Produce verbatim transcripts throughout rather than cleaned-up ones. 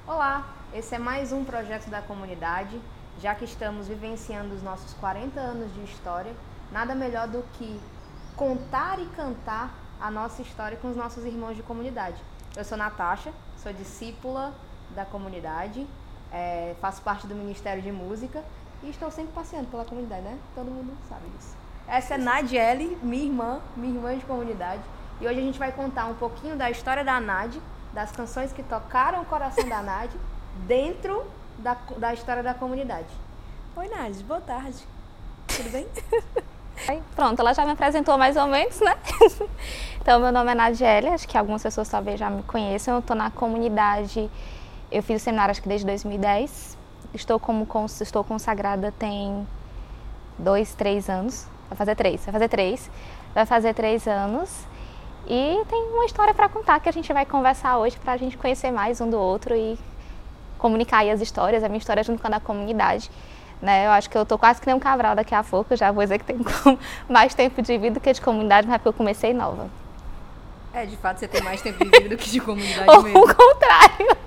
Olá, esse é mais um projeto da comunidade. Já que estamos vivenciando os nossos quarenta anos de história, nada melhor do que contar e cantar a nossa história com os nossos irmãos de comunidade. Eu sou Natasha, sou discípula da comunidade, é, faço parte do Ministério de Música e estou sempre passeando pela comunidade, né? Todo mundo sabe disso. Essa é Nadiele, minha irmã, minha irmã de comunidade, e hoje a gente vai contar um pouquinho da história da Nadi, das canções que tocaram o coração da Nadi dentro da, da história da comunidade. Oi, Nadi, boa tarde. Tudo bem? Pronto, ela já me apresentou mais ou menos, né? Então, meu nome é Nadiele, acho que algumas pessoas talvez já me conheçam. Eu estou na comunidade, eu fiz o seminário acho que desde dois mil e dez. Estou, como, estou consagrada tem dois, três anos. Vai fazer três, vai fazer três. Vai fazer três anos. E tem uma história para contar que a gente vai conversar hoje para a gente conhecer mais um do outro e comunicar aí as histórias, a minha história junto com a da comunidade. Né? Eu acho que eu tô quase que nem um Cabral daqui a pouco, já vou dizer que tenho mais tempo de vida que de comunidade, mas é porque eu comecei nova. É, de fato você tem mais tempo de vida do que de comunidade Ou mesmo. o contrário.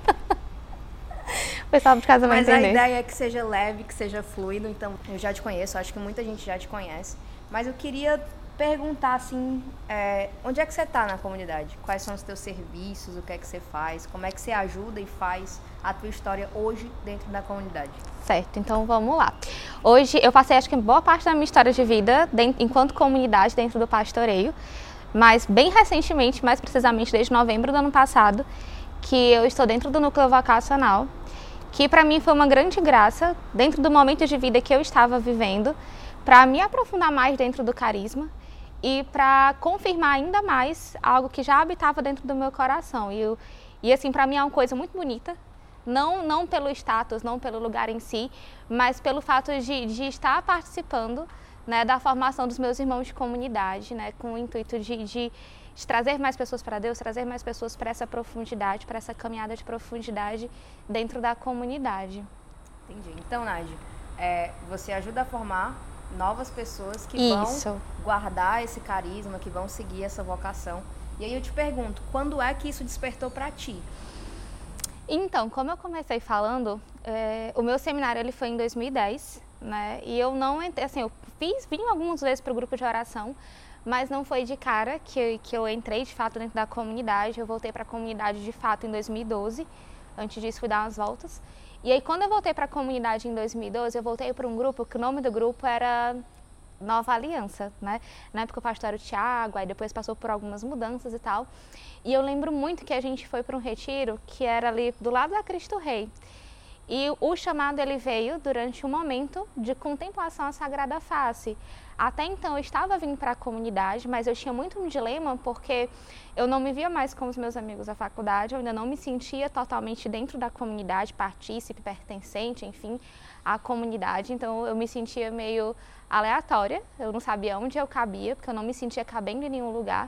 O pessoal de casa vai Mas entender. a ideia é que seja leve, que seja fluido, então eu já te conheço, acho que muita gente já te conhece. Mas eu queria perguntar assim, é, onde é que você está na comunidade? Quais são os teus serviços, o que é que você faz, como é que você ajuda e faz a tua história hoje dentro da comunidade? Certo, então vamos lá. Hoje eu passei acho que boa parte da minha história de vida dentro, enquanto comunidade dentro do pastoreio, mas bem recentemente, mais precisamente desde novembro do ano passado, que eu estou dentro do núcleo vocacional, que para mim foi uma grande graça dentro do momento de vida que eu estava vivendo, para me aprofundar mais dentro do carisma e para confirmar ainda mais algo que já habitava dentro do meu coração. E, eu, e assim, para mim é uma coisa muito bonita, não, não pelo status, não pelo lugar em si, mas pelo fato de, de estar participando, né, da formação dos meus irmãos de comunidade, né, com o intuito de, de, de trazer mais pessoas para Deus, trazer mais pessoas para essa profundidade, para essa caminhada de profundidade dentro da comunidade. Entendi. Então, Nádia, é, você ajuda a formar novas pessoas que Isso. vão guardar esse carisma, que vão seguir essa vocação. E aí eu te pergunto, quando é que isso despertou para ti? Então, como eu comecei falando, é, o meu seminário ele foi em dois mil e dez, né? E eu não entrei, assim, eu fiz, vim algumas vezes para o grupo de oração, mas não foi de cara que, que eu entrei de fato dentro da comunidade. Eu voltei para a comunidade de fato em dois mil e doze, antes disso fui dar umas voltas. E aí, quando eu voltei para a comunidade em dois mil e doze, eu voltei para um grupo que o nome do grupo era Nova Aliança, né? Na época o pastor era o Tiago, aí depois passou por algumas mudanças e tal. E eu lembro muito que a gente foi para um retiro que era ali do lado da Cristo Rei. E o chamado ele veio durante um momento de contemplação à Sagrada Face. Até então eu estava vindo para a comunidade, mas eu tinha muito um dilema porque eu não me via mais com os meus amigos da faculdade, eu ainda não me sentia totalmente dentro da comunidade, partícipe, pertencente, enfim, à comunidade. Então eu me sentia meio aleatória, eu não sabia onde eu cabia, porque eu não me sentia cabendo em nenhum lugar.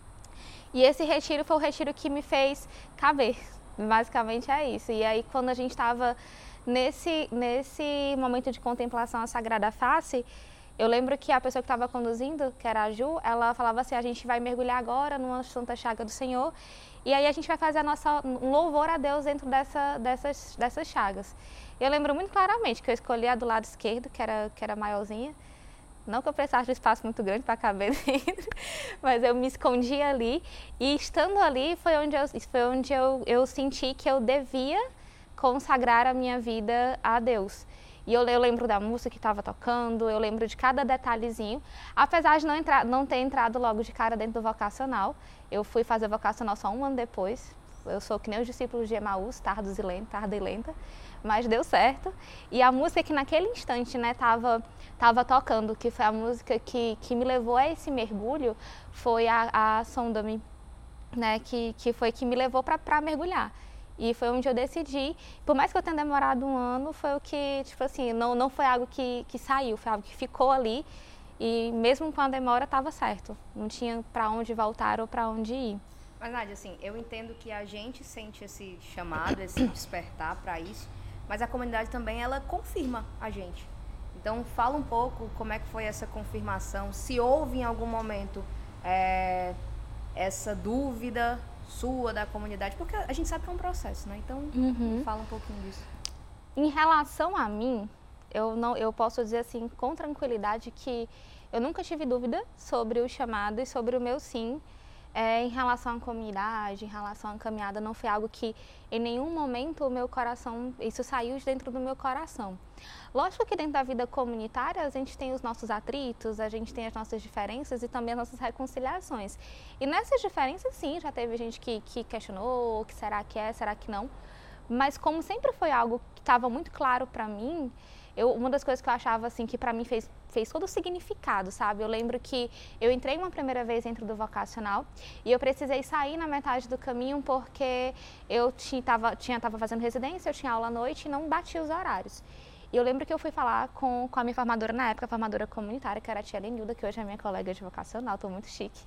E esse retiro foi o retiro que me fez caber, basicamente é isso. E aí quando a gente estava nesse, nesse momento de contemplação à Sagrada Face, eu lembro que a pessoa que estava conduzindo, que era a Ju, ela falava assim, a gente vai mergulhar agora numa Santa Chaga do Senhor e aí a gente vai fazer a nossa, um louvor a Deus dentro dessa, dessas, dessas chagas. Eu lembro muito claramente que eu escolhi a do lado esquerdo, que era, que era maiorzinha. Não que eu precisasse de espaço muito grande para caber dentro, mas eu me escondi ali e estando ali foi onde eu, foi onde eu, eu senti que eu devia consagrar a minha vida a Deus. E eu, eu lembro da música que estava tocando, eu lembro de cada detalhezinho, apesar de não, entrar, não ter entrado logo de cara dentro do vocacional. Eu fui fazer vocacional só um ano depois. Eu sou que nem os discípulos de Emaús, tardos e lenta, tarda e lenta, mas deu certo. E a música que naquele instante, né, tava, tava tocando, que foi a música que, que me levou a esse mergulho, foi a, a Sonda-me, né, que, que foi que me levou para mergulhar. E foi onde eu decidi, por mais que eu tenha demorado um ano, foi o que, tipo assim, não, não foi algo que, que saiu, foi algo que ficou ali. E mesmo com a demora, estava certo. Não tinha para onde voltar ou para onde ir. Mas, Nádia, assim, eu entendo que a gente sente esse chamado, esse despertar para isso, mas a comunidade também, ela confirma a gente. Então, fala um pouco como é que foi essa confirmação, se houve em algum momento é, essa dúvida sua, da comunidade? Porque a gente sabe que é um processo, né? Então, Uhum. fala um pouquinho disso. Em relação a mim, eu, não, eu posso dizer assim com tranquilidade que eu nunca tive dúvida sobre o chamado e sobre o meu sim. É, em relação à comunidade, em relação à caminhada, não foi algo que em nenhum momento o meu coração, isso saiu de dentro do meu coração. Lógico que dentro da vida comunitária a gente tem os nossos atritos, a gente tem as nossas diferenças e também as nossas reconciliações. E nessas diferenças, sim, já teve gente que, que questionou, que será que é, será que não. Mas como sempre foi algo que estava muito claro para mim, eu, uma das coisas que eu achava assim que para mim fez, fez todo o significado, sabe? Eu lembro que eu entrei uma primeira vez dentro do vocacional e eu precisei sair na metade do caminho porque eu estava tinha, tava fazendo residência, eu tinha aula à noite e não batia os horários. E eu lembro que eu fui falar com, com a minha formadora na época, a formadora comunitária, que era a tia Lenilda, que hoje é minha colega de vocacional, estou muito chique.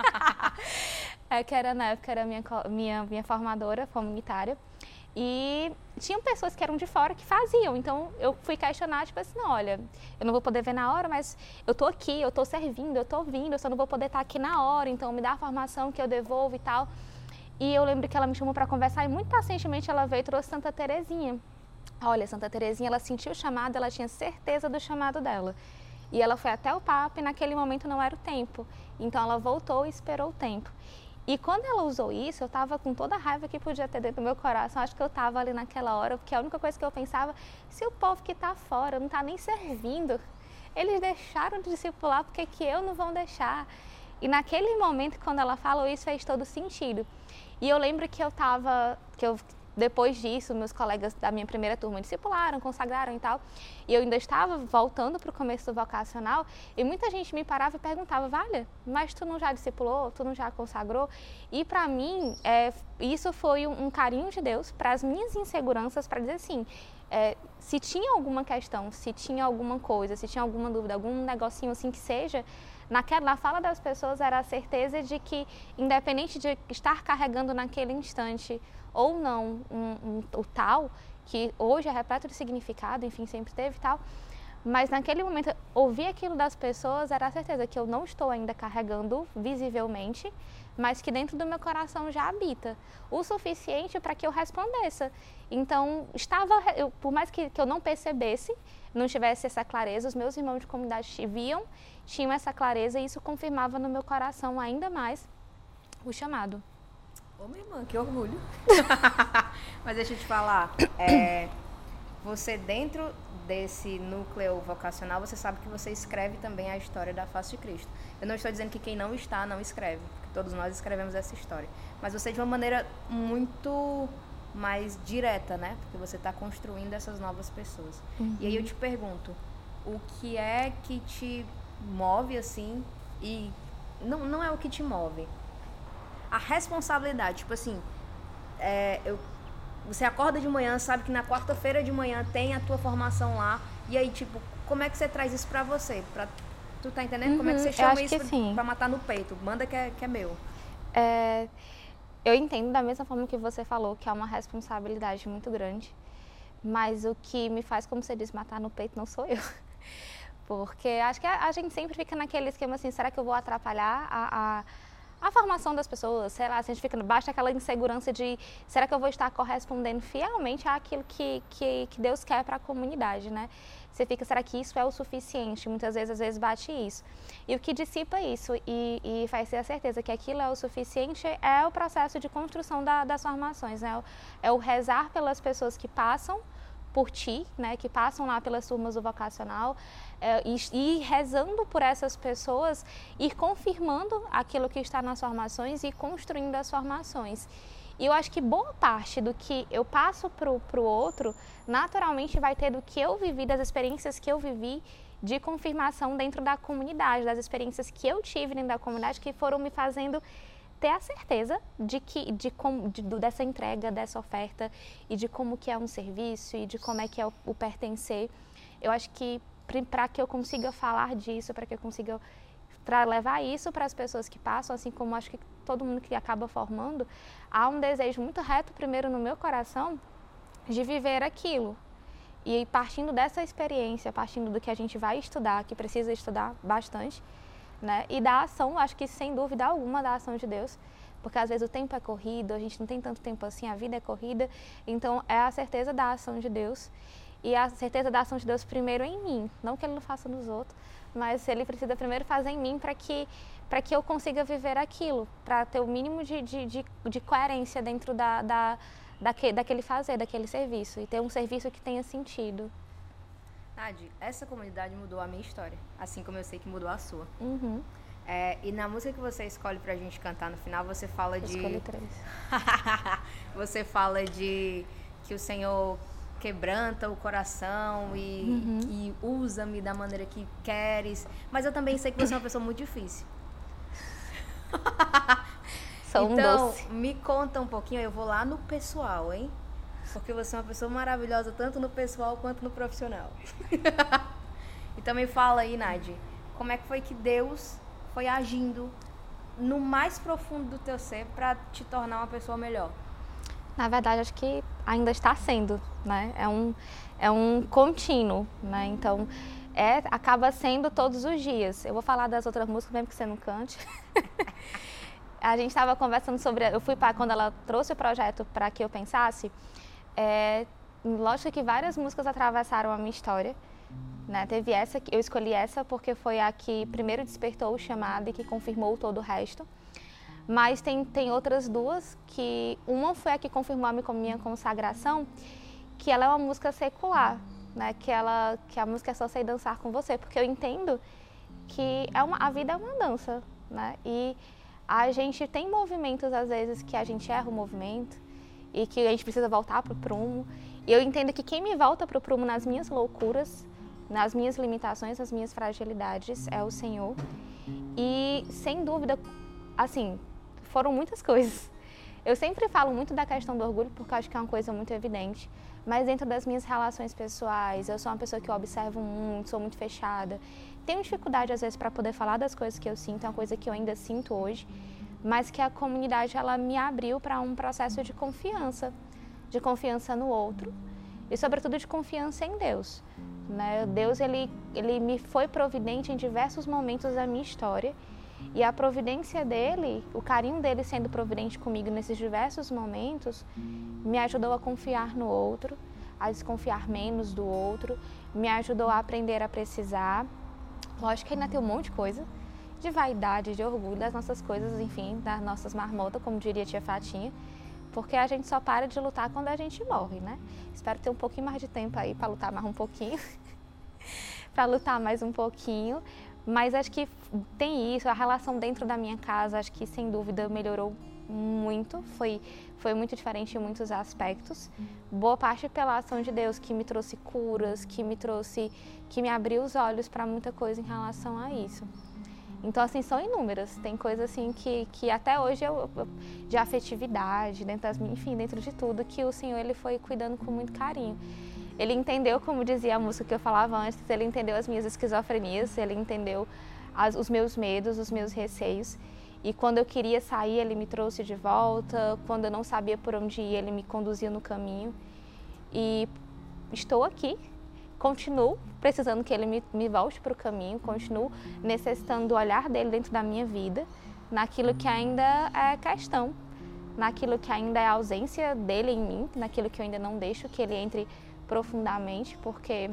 é, que era, na época era minha, minha, minha formadora comunitária. E tinham pessoas que eram de fora que faziam, então eu fui questionar, tipo assim, não, olha, eu não vou poder ver na hora, mas eu tô aqui, eu tô servindo, eu tô vindo, eu só não vou poder estar aqui na hora, então me dá a formação que eu devolvo e tal. E eu lembro que ela me chamou para conversar e muito pacientemente ela veio e trouxe Santa Terezinha. Olha, Santa Terezinha, ela sentiu o chamado, ela tinha certeza do chamado dela. E ela foi até o Papa e naquele momento não era o tempo, então ela voltou e esperou o tempo. E quando ela usou isso, eu estava com toda a raiva que podia ter dentro do meu coração. Acho que eu estava ali naquela hora, porque a única coisa que eu pensava, se o povo que está fora não está nem servindo, eles deixaram de discipular, porque que eu não vou deixar? E naquele momento, quando ela falou isso, fez todo sentido. E eu lembro que eu estava, que eu depois disso, meus colegas da minha primeira turma discipularam, consagraram e tal. E eu ainda estava voltando para o começo do vocacional e muita gente me parava e perguntava, Valha, mas tu não já discipulou? Tu não já consagrou? E para mim, é, isso foi um, um carinho de Deus para as minhas inseguranças, para dizer assim, é, se tinha alguma questão, se tinha alguma coisa, se tinha alguma dúvida, algum negocinho assim que seja, naquela, na fala das pessoas era a certeza de que, independente de estar carregando naquele instante ou não um, um, o tal, que hoje é repleto de significado, enfim, sempre teve tal, mas naquele momento, ouvir aquilo das pessoas era a certeza que eu não estou ainda carregando visivelmente, mas que dentro do meu coração já habita, o suficiente para que eu respondesse. Então, estava, eu, por mais que, que eu não percebesse, não tivesse essa clareza, os meus irmãos de comunidade viam, tinham essa clareza e isso confirmava no meu coração ainda mais o chamado. Ô, minha irmã, que orgulho. Mas deixa eu te falar, é, você dentro desse núcleo vocacional, você sabe que você escreve também a história da face de Cristo. Eu não estou dizendo que quem não está, não escreve, porque todos nós escrevemos essa história. Mas você de uma maneira muito mais direta, né? Porque você está construindo essas novas pessoas. Uhum. E aí eu te pergunto, o que é que te move, assim, e não, não é o que te move, a responsabilidade, tipo assim, é, eu, você acorda de manhã, sabe que na quarta-feira de manhã tem a tua formação lá, e aí, tipo, como é que você traz isso pra você? Pra, tu tá entendendo? Uhum, como é que você chama isso pra, pra matar no peito? Manda que é, que é meu. É, eu entendo da mesma forma que você falou, que é uma responsabilidade muito grande, mas o que me faz, como você diz, matar no peito não sou eu. Porque acho que a, a gente sempre fica naquele esquema assim, será que eu vou atrapalhar a... a a formação das pessoas, sei lá, se a gente fica, baixa aquela insegurança de será que eu vou estar correspondendo fielmente àquilo que, que, que Deus quer para a comunidade, né? Você fica, será que isso é o suficiente? Muitas vezes, às vezes, bate isso. E o que dissipa isso e, e faz ter a certeza que aquilo é o suficiente é o processo de construção da, das formações, né? É o rezar pelas pessoas que passam por ti, né, que passam lá pelas turmas do vocacional, é, e, e rezando por essas pessoas, ir confirmando aquilo que está nas formações e construindo as formações. E eu acho que boa parte do que eu passo para o outro, naturalmente vai ter do que eu vivi, das experiências que eu vivi de confirmação dentro da comunidade, das experiências que eu tive dentro da comunidade que foram me fazendo ter a certeza de que, de como, de, dessa entrega, dessa oferta e de como que é um serviço e de como é que é o, o pertencer. Eu acho que para que eu consiga falar disso, para que eu consiga pra levar isso para as pessoas que passam, assim como acho que todo mundo que acaba formando, há um desejo muito reto primeiro no meu coração de viver aquilo. E partindo dessa experiência, partindo do que a gente vai estudar, que precisa estudar bastante, né? E da ação, acho que sem dúvida alguma da ação de Deus, porque às vezes o tempo é corrido, a gente não tem tanto tempo assim, a vida é corrida, então é a certeza da ação de Deus e a certeza da ação de Deus primeiro em mim, não que Ele não faça nos outros, mas Ele precisa primeiro fazer em mim para que, para que eu consiga viver aquilo, para ter o mínimo de, de, de, de coerência dentro da, da, daquele, daquele fazer, daquele serviço, e ter um serviço que tenha sentido. Nadi, essa comunidade mudou a minha história, assim como eu sei que mudou a sua. Uhum. É, e na música que você escolhe pra gente cantar no final, você fala Eu de... escolhi três. Você fala de que o Senhor quebranta o coração e, Uhum. e usa-me da maneira que queres. Mas eu também sei que você é uma pessoa muito difícil. Sou um Então, doce. me conta um pouquinho, eu vou lá no pessoal, hein? Porque você é uma pessoa maravilhosa, tanto no pessoal quanto no profissional. Então me fala aí, Nadi, como é que foi que Deus foi agindo no mais profundo do teu ser para te tornar uma pessoa melhor? Na verdade, acho que ainda está sendo, né? É um, é um contínuo, né? Então, é, acaba sendo todos os dias. Eu vou falar das outras músicas, mesmo que você não cante. A gente estava conversando sobre... Eu fui para... Quando ela trouxe o projeto para que eu pensasse, é, lógico que várias músicas atravessaram a minha história, né? Teve essa, eu escolhi essa porque foi a que primeiro despertou o chamado e que confirmou todo o resto. Mas tem, tem outras duas, que uma foi a que confirmou a minha consagração, que ela é uma música secular, né? Que, ela, que a música é Só Sei Dançar Com Você, porque eu entendo que é uma, a vida é uma dança, né? E a gente tem movimentos, às vezes, que a gente erra o movimento e que a gente precisa voltar para o prumo. E eu entendo que quem me volta para o prumo nas minhas loucuras, nas minhas limitações, nas minhas fragilidades, é o Senhor. E, sem dúvida, assim, foram muitas coisas. Eu sempre falo muito da questão do orgulho, porque eu acho que é uma coisa muito evidente. Mas dentro das minhas relações pessoais, eu sou uma pessoa que eu observo muito, sou muito fechada. Tenho dificuldade, às vezes, para poder falar das coisas que eu sinto, é uma coisa que eu ainda sinto hoje. Mas que a comunidade, ela me abriu para um processo de confiança. De confiança no outro e, sobretudo, de confiança em Deus. Né? Deus, ele, ele me foi providente em diversos momentos da minha história. E a providência dele, o carinho dele sendo providente comigo nesses diversos momentos, me ajudou a confiar no outro, a desconfiar menos do outro, me ajudou a aprender a precisar. Lógico que ainda tem um monte de coisa, de vaidade, de orgulho, das nossas coisas, enfim, das nossas marmotas, como diria tia Fatinha, porque a gente só para de lutar quando a gente morre, né? Espero ter um pouquinho mais de tempo aí para lutar mais um pouquinho, para lutar mais um pouquinho. Mas acho que tem isso, a relação dentro da minha casa, acho que sem dúvida melhorou muito, foi, foi muito diferente em muitos aspectos. Boa parte pela ação de Deus, que me trouxe curas, que me trouxe, que me abriu os olhos para muita coisa em relação a isso. Então, assim, são inúmeras, tem coisas assim que, que até hoje, eu, de afetividade, dentro das, enfim, dentro de tudo, que o Senhor, ele foi cuidando com muito carinho. Ele entendeu, como dizia a música que eu falava antes, ele entendeu as minhas esquizofrenias, ele entendeu as, os meus medos, os meus receios. E quando eu queria sair, ele me trouxe de volta. Quando eu não sabia por onde ir, ele me conduzia no caminho. E estou aqui, continuo precisando que ele me, me volte para o caminho, continuo necessitando do olhar dele dentro da minha vida, naquilo que ainda é questão, naquilo que ainda é ausência dele em mim, naquilo que eu ainda não deixo que ele entre profundamente, porque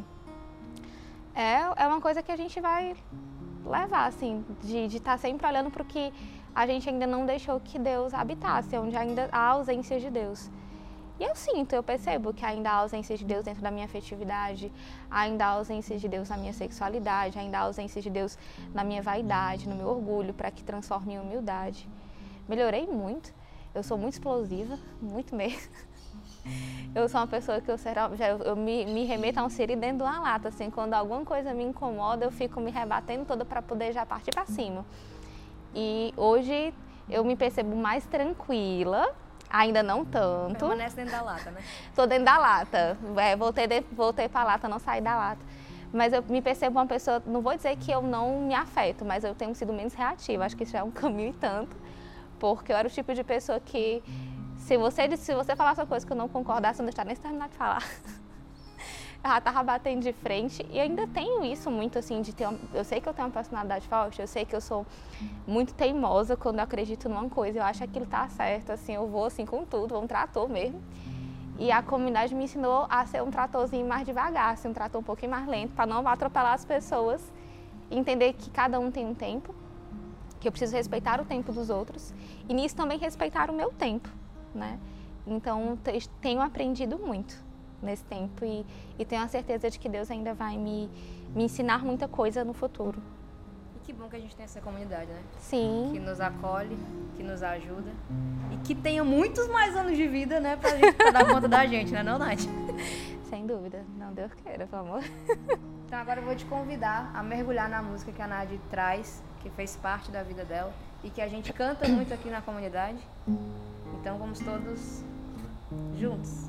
é, é uma coisa que a gente vai levar, assim, de estar tá sempre olhando para o que a gente ainda não deixou que Deus habitasse, onde ainda há ausência de Deus. E eu sinto, eu percebo que ainda há ausência de Deus dentro da minha afetividade, ainda há ausência de Deus na minha sexualidade, ainda há ausência de Deus na minha vaidade, no meu orgulho, para que transforme em humildade. Melhorei muito, eu sou muito explosiva, muito mesmo. Eu sou uma pessoa que eu, já, eu, eu me, me remeto a um siri dentro de uma lata, assim, quando alguma coisa me incomoda, eu fico me rebatendo toda para poder já partir para cima. E hoje eu me percebo mais tranquila, ainda não tanto. Permanece dentro da lata, né? Tô dentro da lata, é, voltei, de, voltei para a lata, não saí da lata. Mas eu me percebo uma pessoa, não vou dizer que eu não me afeto, mas eu tenho sido menos reativa, acho que isso já é um caminho e tanto, porque eu era o tipo de pessoa que Se você, se você falasse uma coisa que eu não concordasse, eu não estaria nem terminado de falar. eu já estava batendo de frente e ainda tenho isso muito assim, de ter, uma, eu sei que eu tenho uma personalidade forte, eu sei que eu sou muito teimosa quando eu acredito numa coisa, eu acho que aquilo tá certo, assim, eu vou assim com tudo, vou um trator mesmo. E a comunidade me ensinou a ser um tratorzinho mais devagar, assim, um trator um pouquinho mais lento, para não atropelar as pessoas, entender que cada um tem um tempo, que eu preciso respeitar o tempo dos outros e nisso também respeitar o meu tempo, né? Então, tenho aprendido muito nesse tempo e, e tenho a certeza de que Deus ainda vai me, me ensinar muita coisa no futuro. E que bom que a gente tem essa comunidade, né? Sim. Que nos acolhe, que nos ajuda e que tenha muitos mais anos de vida, né? Pra, gente, pra dar conta da gente, né não, Nath? Sem dúvida. Não Deus queira, pelo amor. Então agora eu vou te convidar a mergulhar na música que a Nath traz, que fez parte da vida dela e que a gente canta muito aqui na comunidade. Então vamos todos juntos.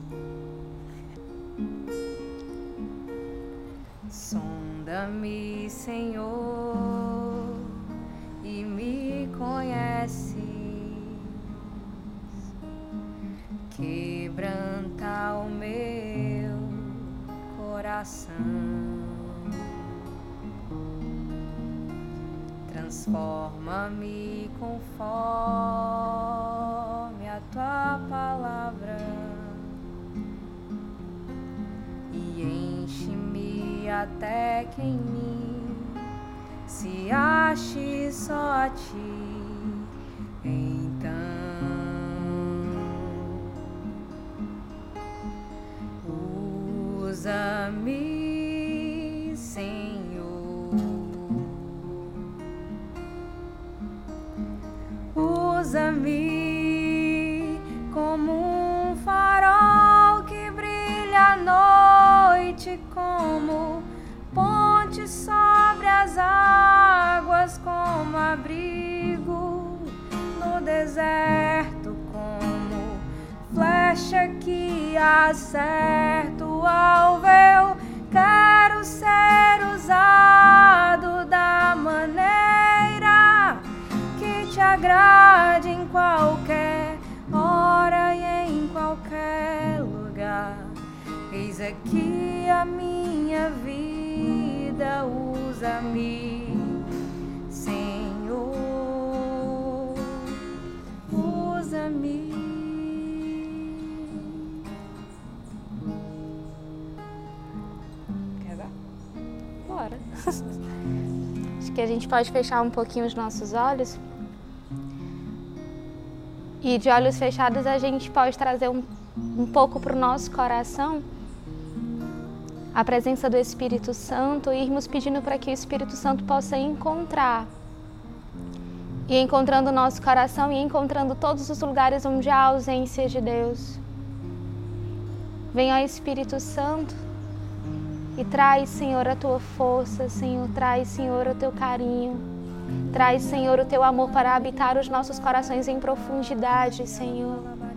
Sonda-me, Senhor, e me conheces. Quebranta o meu coração. Transforma-me conforme a tua palavra e enche-me até que em mim se ache só a ti. Então usa-me, Senhor, usa-me como um farol que brilha à noite, como ponte sobre as águas, como abrigo no deserto, como flecha que acerta o alvo. Eu quero ser usado da maneira que te agrade em qualquer hora e em qualquer lugar. Eis aqui a minha vida, usa-me, Senhor, usa-me. Quer dar? Bora. Acho que a gente pode fechar um pouquinho os nossos olhos. E de olhos fechados a gente pode trazer um, um pouco para o nosso coração a presença do Espírito Santo e irmos pedindo para que o Espírito Santo possa encontrar. E encontrando o nosso coração e encontrando todos os lugares onde há ausência de Deus. Vem, ó Espírito Santo, e traz, Senhor, a tua força, Senhor, traz, Senhor, o teu carinho. Traz, Senhor, o teu amor para habitar os nossos corações em profundidade, Senhor.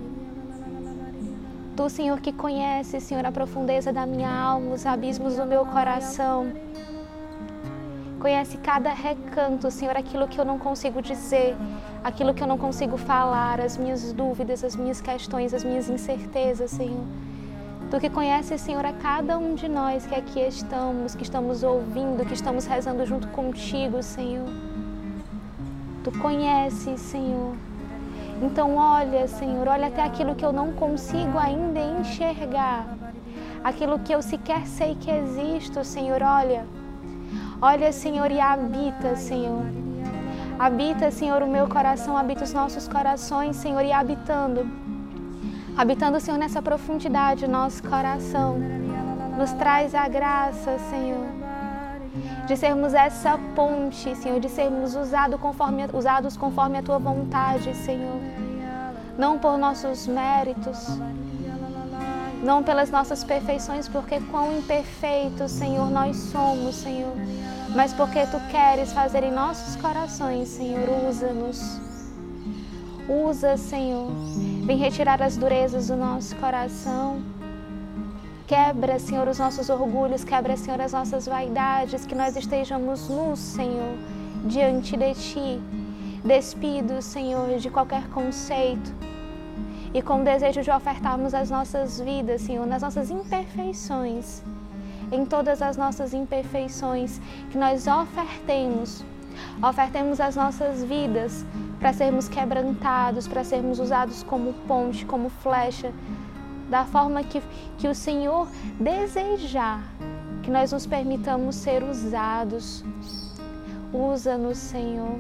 Tu, Senhor, que conheces, Senhor, a profundeza da minha alma, os abismos do meu coração. Conhece cada recanto, Senhor, aquilo que eu não consigo dizer, aquilo que eu não consigo falar, as minhas dúvidas, as minhas questões, as minhas incertezas, Senhor. Tu que conheces, Senhor, a cada um de nós que aqui estamos, que estamos ouvindo, que estamos rezando junto contigo, Senhor. Tu conheces, Senhor. Então olha, Senhor, olha até aquilo que eu não consigo ainda enxergar. Aquilo que eu sequer sei que existe, Senhor, olha. Olha, Senhor, e habita, Senhor. Habita, Senhor, o meu coração, habita os nossos corações, Senhor, e habitando. Habitando, Senhor, nessa profundidade, o nosso coração. Nos traz a graça, Senhor, de sermos essa ponte, Senhor, de sermos usado conforme, usados conforme a Tua vontade, Senhor. Não por nossos méritos, não pelas nossas perfeições, porque quão imperfeitos, Senhor, nós somos, Senhor, mas porque Tu queres fazer em nossos corações, Senhor, usa-nos. Usa, Senhor, vem retirar as durezas do nosso coração. Quebra, Senhor, os nossos orgulhos, quebra, Senhor, as nossas vaidades, que nós estejamos nus, Senhor, diante de Ti, despidos, Senhor, de qualquer conceito e com o desejo de ofertarmos as nossas vidas, Senhor, nas nossas imperfeições, em todas as nossas imperfeições, que nós ofertemos, ofertemos as nossas vidas para sermos quebrantados, para sermos usados como ponte, como flecha, da forma que, que o Senhor desejar, que nós nos permitamos ser usados. Usa-nos, Senhor.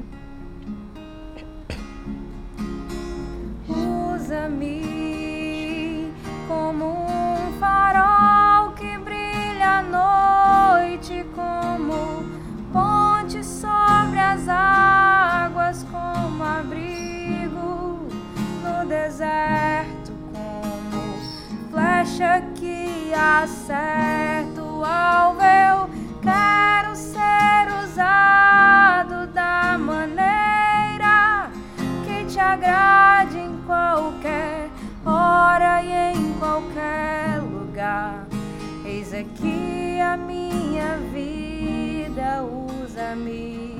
Usa-me como um farol que brilha à noite, como ponte sobre as águas, como abrigo no deserto, como flecha que acerta o alvo. Eu quero ser usado da maneira que te agrade em qualquer hora e em qualquer lugar. Eis aqui a minha vida, usa-me,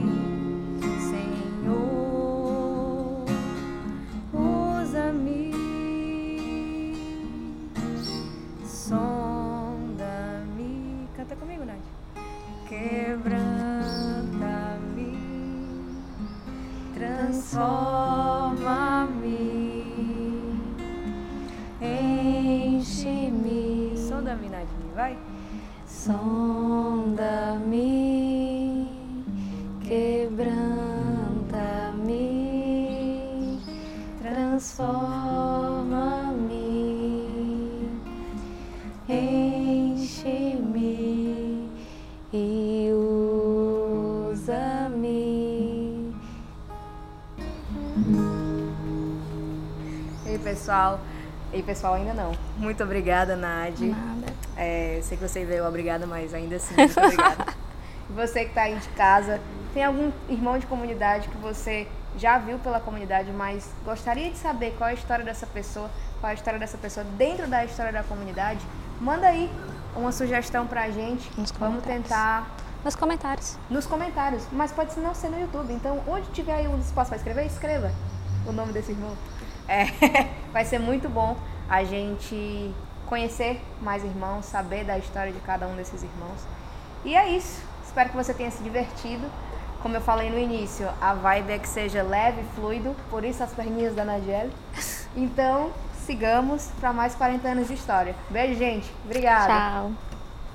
Senhor, usa-me, sonda-me. Canta comigo, Nádia. Quebranta-me, transforma-me, enche-me. Sonda-me, Nádia, vai. Sonda-me, quebranta-me, transforma-me, enche-me e usa-me. Ei, pessoal. Ei, pessoal, ainda não. Muito obrigada, Nádia. Nada. É, sei que você veio obrigada, mas ainda assim, muito obrigada. E você que está aí de casa, tem algum irmão de comunidade que você já viu pela comunidade, mas gostaria de saber qual é a história dessa pessoa, qual é a história dessa pessoa dentro da história da comunidade? Manda aí uma sugestão pra gente. Nos Vamos comentários. tentar Nos comentários. nos comentários, mas pode não ser no YouTube. Então, onde tiver aí um espaço para escrever, escreva o nome desse irmão. É, vai ser muito bom a gente conhecer mais irmãos, saber da história de cada um desses irmãos. E é isso. Espero que você tenha se divertido. Como eu falei no início, a vibe é que seja leve e fluido, por isso as perninhas da Nadiele. Então, sigamos para mais quarenta anos de história. Beijo, gente. Obrigada. Tchau.